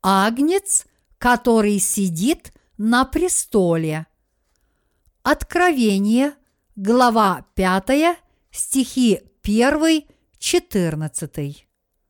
Агнец, который сидит на престоле. Откровение, глава 5, стихи 1-14.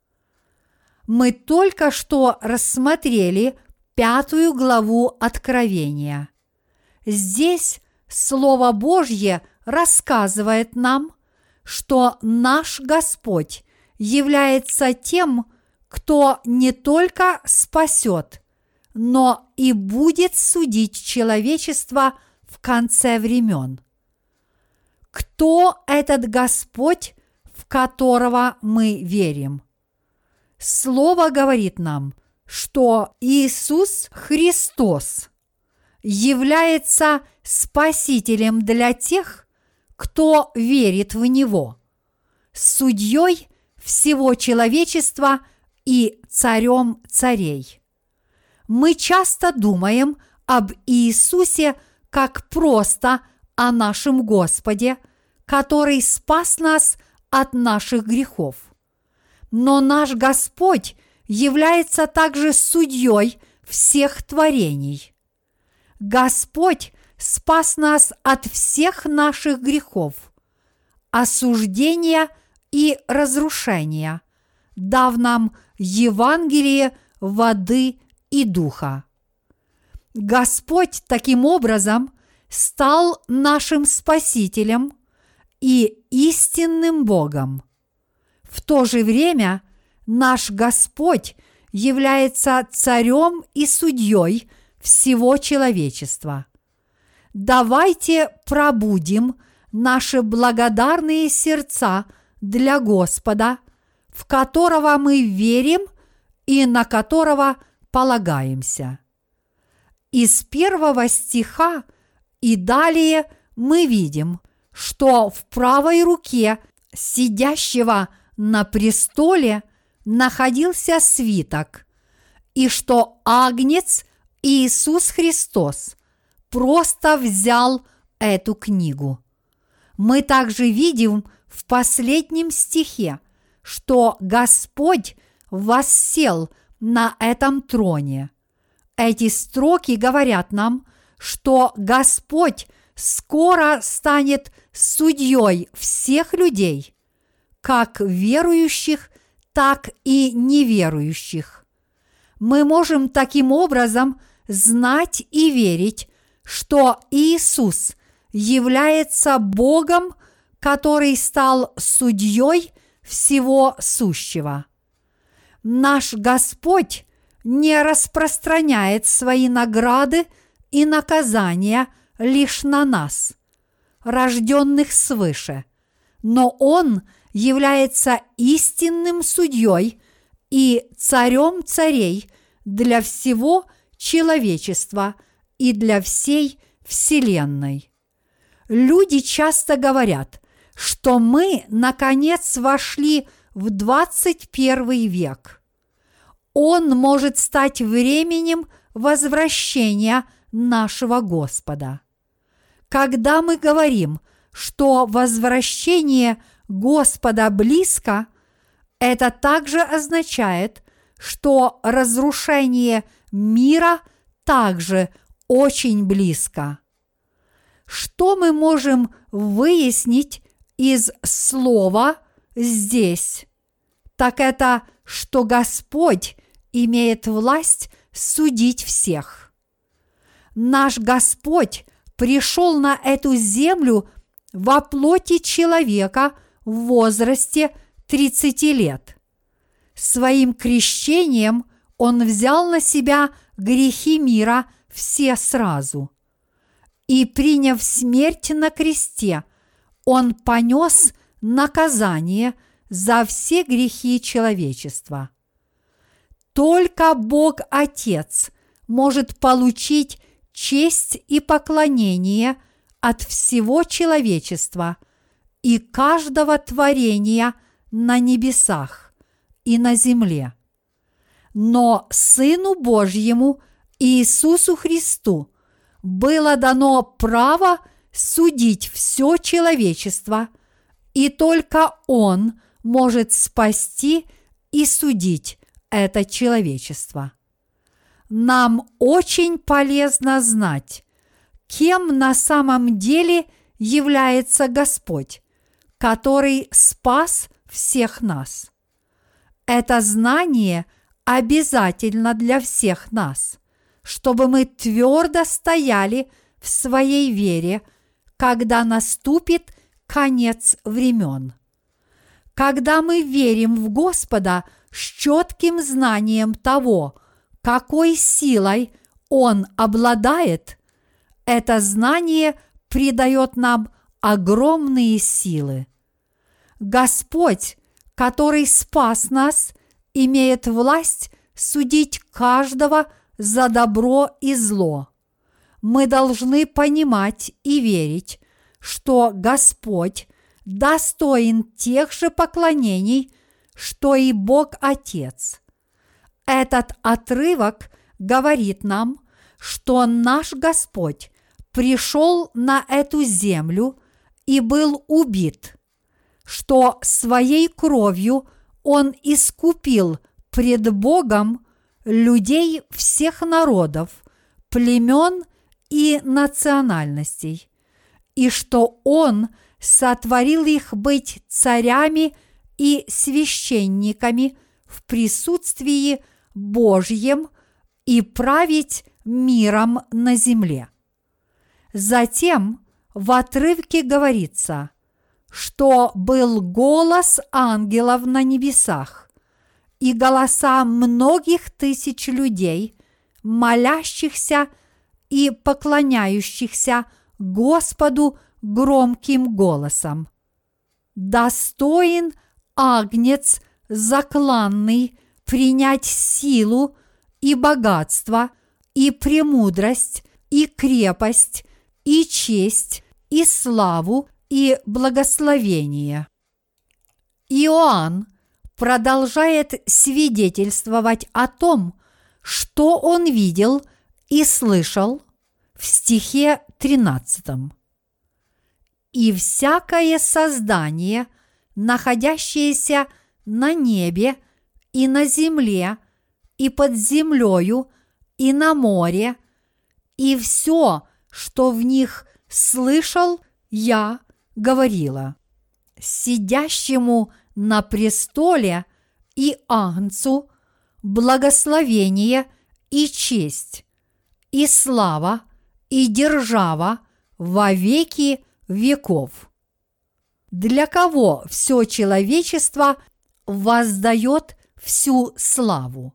Мы только что рассмотрели 5 главу Откровения. Здесь Слово Божье рассказывает нам, что наш Господь является тем, кто не только спасет, но и будет судить человечество в конце времен. Кто этот Господь, в которого мы верим? Слово говорит нам, что Иисус Христос является Спасителем для тех, кто верит в Него, судьей всего человечества и царем царей. Мы часто думаем об Иисусе как просто о нашем Господе, который спас нас от наших грехов. Но наш Господь является также судьей всех творений. Господь спас нас от всех наших грехов, осуждения и разрушения, дав нам Евангелие воды и духа. Господь таким образом стал нашим Спасителем и истинным Богом. В то же время наш Господь является царем и судьей всего человечества. Давайте пробудим наши благодарные сердца для Господа, в которого мы верим и на которого полагаемся. Из 1 стиха и далее мы видим, что в правой руке сидящего на престоле находился свиток, и что Агнец Иисус Христос просто взял эту книгу. Мы также видим в последнем стихе, что Господь воссел на этом троне. Эти строки говорят нам, что Господь скоро станет судьей всех людей, как верующих, так и неверующих. Мы можем таким образом знать и верить, что Иисус является Богом, который стал судьей всего сущего. Наш Господь не распространяет свои награды и наказания лишь на нас, рожденных свыше, но Он является истинным судьей и царем царей для всего человечества и для всей Вселенной. Люди часто говорят, что мы, наконец, вошли в 21 век. Он может стать временем возвращения нашего Господа. Когда мы говорим, что возвращение Господа близко, это также означает, что разрушение мира также очень близко. Что мы можем выяснить из слова здесь? Так это, что Господь имеет власть судить всех. Наш Господь пришел на эту землю во плоти человека в возрасте 30 лет. Своим крещением Он взял на себя грехи мира все сразу. И, приняв смерть на кресте, Он понес наказание за все грехи человечества. Только Бог Отец может получить честь и поклонение от всего человечества и каждого творения на небесах и на земле. Но Сыну Божьему Иисусу Христу было дано право судить все человечество, и только Он может спасти и судить это человечество. нам очень полезно знать, кем на самом деле является Господь, который спас всех нас. Это знание обязательно для всех нас, чтобы мы твердо стояли в своей вере, когда наступит конец времен. Когда мы верим в Господа с четким знанием того, какой силой Он обладает, это знание придает нам огромные силы. Господь, который спас нас, имеет власть судить каждого за добро и зло. Мы должны понимать и верить, что Господь достоин тех же поклонений, что и Бог Отец. Этот отрывок говорит нам, что наш Господь пришел на эту землю и был убит, что своей кровью Он искупил пред Богом людей всех народов, племен и национальностей, и что Он сотворил их быть царями и священниками в присутствии Божьем и править миром на земле. Затем в отрывке говорится, что был голос ангелов на небесах и голоса многих тысяч людей, молящихся и поклоняющихся Господу громким голосом. Достоин Агнец закланный принять силу и богатство, и премудрость, и крепость, и честь, и славу, и благословение. Иоанн продолжает свидетельствовать о том, что он видел и слышал в стихе 13. «И всякое создание, находящееся на небе и на земле, и под землею, и на море, и все, что в них слышал, я говорила, сидящему на престоле и Агнцу благословение и честь, и слава, и держава во веки веков». Для кого все человечество воздает всю славу?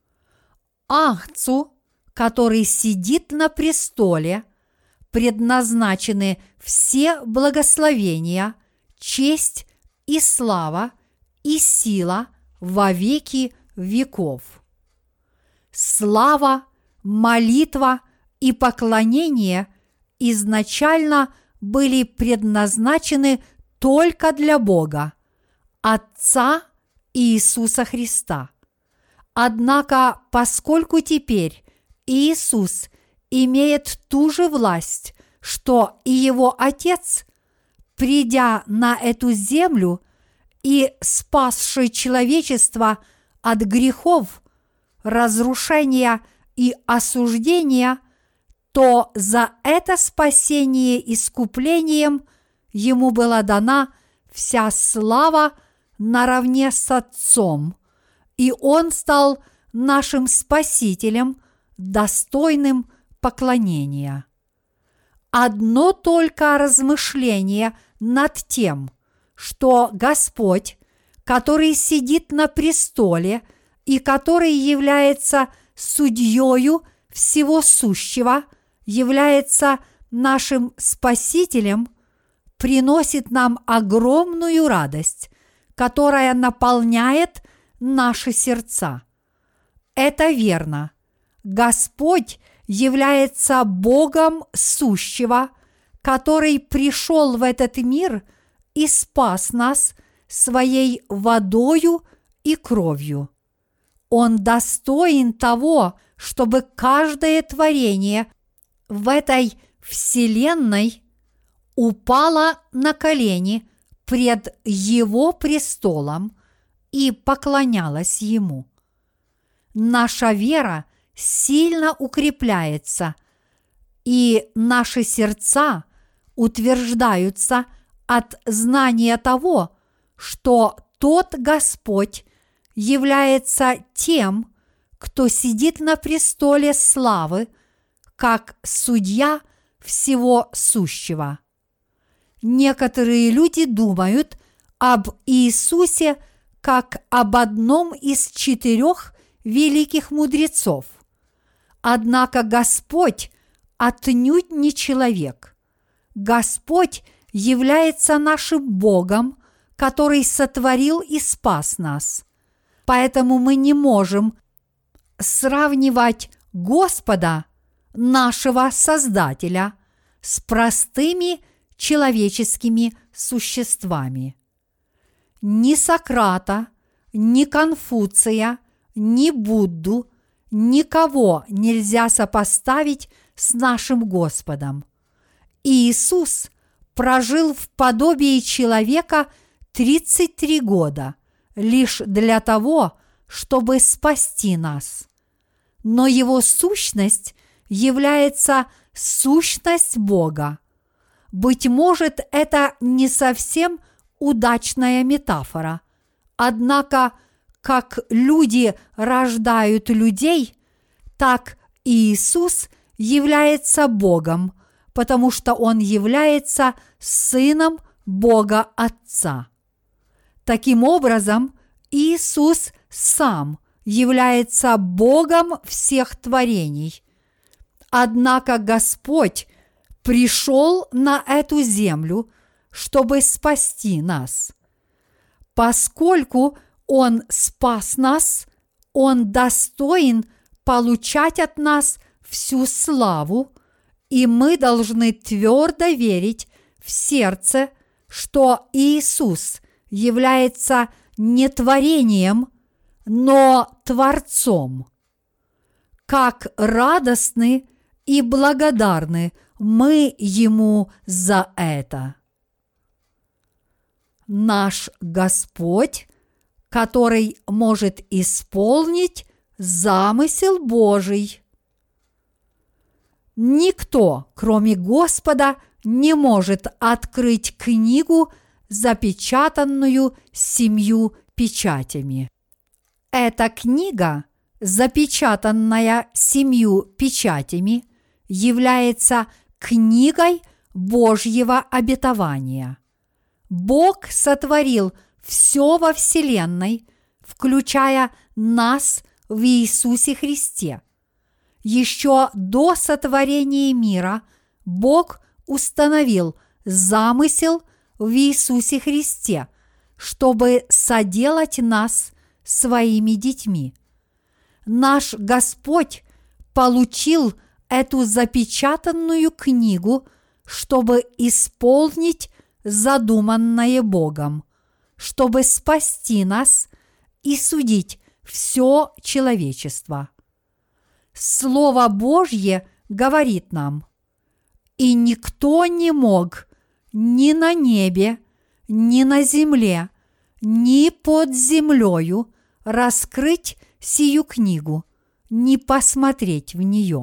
Агнцу, который сидит на престоле, предназначены все благословения, честь и слава и сила во веки веков. Слава, молитва и поклонение изначально были предназначены только для Бога, Отца Иисуса Христа. Однако, поскольку теперь Иисус имеет ту же власть, что и Его Отец, придя на эту землю и спасший человечество от грехов, разрушения и осуждения, то за это спасение искуплением Ему была дана вся слава наравне с Отцом, и Он стал нашим Спасителем, достойным поклонения. Одно только размышление над тем, что Господь, который сидит на престоле и который является судьею всего сущего, является нашим Спасителем, приносит нам огромную радость, которая наполняет наши сердца. Это верно. Господь является Богом сущего, который пришел в этот мир и спас нас своей водою и кровью. Он достоин того, чтобы каждое творение в этой вселенной упало на колени пред Его престолом и поклонялось Ему. Наша вера сильно укрепляется, и наши сердца утверждаются от знания того, что тот Господь является тем, кто сидит на престоле славы, как судья всего сущего. Некоторые люди думают об Иисусе как об одном из 4 великих мудрецов. Однако Господь отнюдь не человек. Господь является нашим Богом, который сотворил и спас нас. Поэтому мы не можем сравнивать Господа, нашего Создателя, с простыми человеческими существами. Ни Сократа, ни Конфуция, ни Будду, никого нельзя сопоставить с нашим Господом. Иисус прожил в подобии человека 33 года лишь для того, чтобы спасти нас. Но его сущность является сущность Бога. Быть может, это не совсем удачная метафора, однако, как люди рождают людей, так Иисус является Богом, потому что Он является Сыном Бога Отца. Таким образом, Иисус сам является Богом всех творений. Однако Господь пришел на эту землю, чтобы спасти нас. Поскольку Он спас нас, Он достоин получать от нас всю славу, и мы должны твердо верить в сердце, что Иисус является не творением, но Творцом. Как радостны и благодарны мы Ему за это. Наш Господь, который может исполнить замысел Божий. Никто, кроме Господа, не может открыть книгу, запечатанную 7 печатями. Эта книга, запечатанная 7 печатями, является книгой Божьего обетования. Бог сотворил все во Вселенной, включая нас в Иисусе Христе. Еще до сотворения мира Бог установил замысел в Иисусе Христе, чтобы соделать нас своими детьми. Наш Господь получил эту запечатанную книгу, чтобы исполнить задуманное Богом, чтобы спасти нас и судить все человечество. Слово Божье говорит нам: «И никто не мог ни на небе, ни на земле, ни под землею раскрыть сию книгу, ни посмотреть в нее».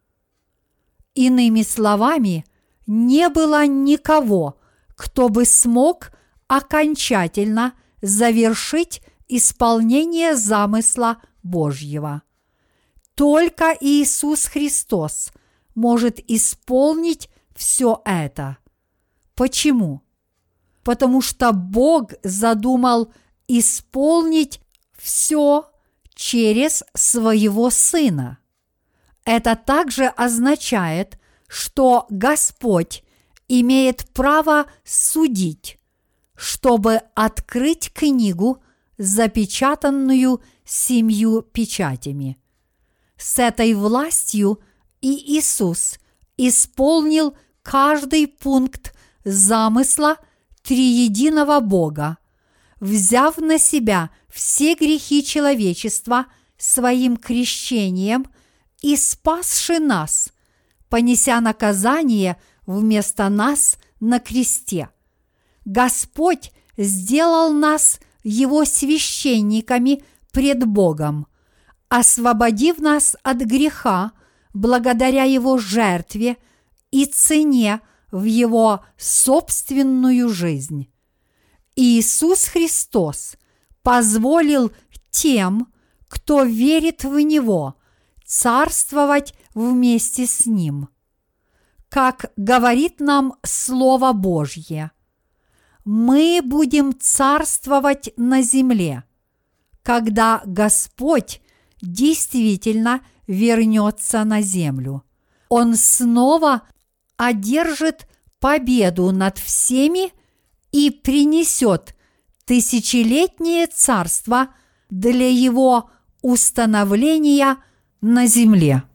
Иными словами, не было никого, кто бы смог окончательно завершить исполнение замысла Божьего. Только Иисус Христос может исполнить все это. Почему? Потому что Бог задумал исполнить все через своего Сына. Это также означает, что Господь имеет право судить, чтобы открыть книгу, запечатанную 7 печатями. С этой властью и Иисус исполнил каждый пункт замысла триединого Бога, взяв на себя все грехи человечества своим крещением и спасши нас, понеся наказание вместо нас на кресте. Господь сделал нас Его священниками пред Богом, освободив нас от греха благодаря Его жертве и цене в Его собственную жизнь. Иисус Христос позволил тем, кто верит в Него, царствовать вместе с Ним. Как говорит нам Слово Божье, мы будем царствовать на земле, когда Господь действительно вернется на землю. Он снова одержит победу над всеми и принесет тысячелетнее царство для Его установления на земле.